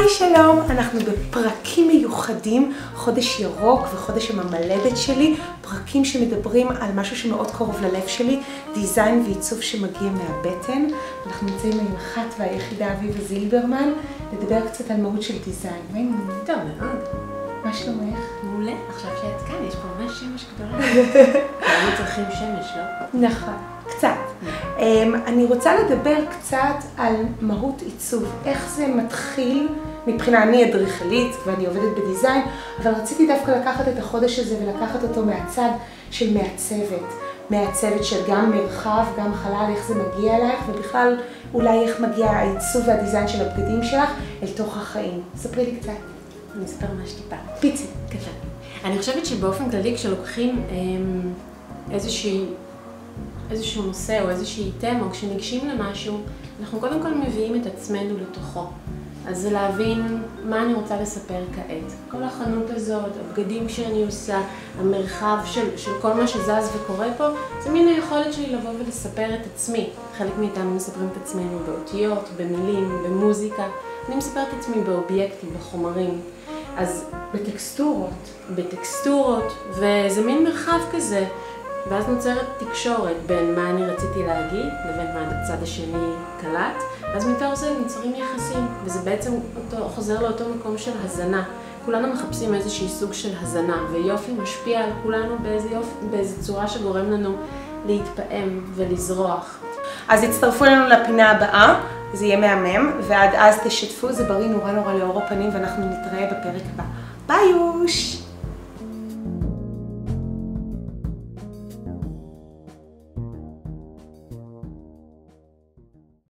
היי שלום, אנחנו בפרקים מיוחדים, חודש ירוק וחודש הממלדת שלי, פרקים שמדברים על משהו שמאוד קרוב ללב שלי, דיזיין ועיצוב שמגיע מהבטן. אנחנו נמצאים עם אחת והיחידה אביבה זילברמן, לדבר קצת על מהות של דיזיין. מה עם זה? טוב מאוד. מה שלומך? מעולה, עכשיו שאת כאן, יש פה ממש שמש גדולה. אנחנו צריכים שמש, לא? נכון, קצת. אני רוצה לדבר קצת על מהות עיצוב, איך זה מתחיל, מבחינה אני אדריכלית ואני עובדת בדיזיין, אבל רציתי דווקא לקחת את החודש הזה ולקחת אותו מהצד של מעצבת של גם מרחב, גם חלל, איך זה מגיע אלייך, ובכלל אולי איך מגיע העיצוב והדיזיין של הבגדים שלך אל תוך החיים. ספרי לי קצת. אני אספר ממש טיפה. פיצי. קטן. אני חושבת שבאופן כללי כשלוקחים איזשהו נושא או איזושהי תמה, או כשניגשים למשהו, אנחנו קודם כל מביאים את עצמנו לתוכו. אז זה להבין מה אני רוצה לספר כעת. כל החנות הזאת, הבגדים שאני עושה, המרחב של כל מה שזז וקורה פה, זה מין היכולת שלי לבוא ולספר את עצמי. חלק מאיתנו מספרים את עצמנו באותיות, במילים, במוזיקה. אני מספרת את עצמי באובייקטים, בחומרים. אז בטקסטורות, וזה מין מרחב כזה. ואז נוצרת תקשורת בין מה אני רציתי להגיד לבין מה הצד השני קלט, ואז מתוך זה נוצרים יחסים, וזה בעצם חוזר לאותו מקום של הזנה. כולנו מחפשים איזושהי סוג של הזנה, ויופי משפיע על כולנו באיזו צורה שגורם לנו להתפעם ולזרוח. אז הצטרפו לנו לפינה הבאה, זה יהיה מהמם, ועד אז תשתפו, זה בריא נורא לאור הפנים, ואנחנו נתראה בפרק הבא. ביי יוש!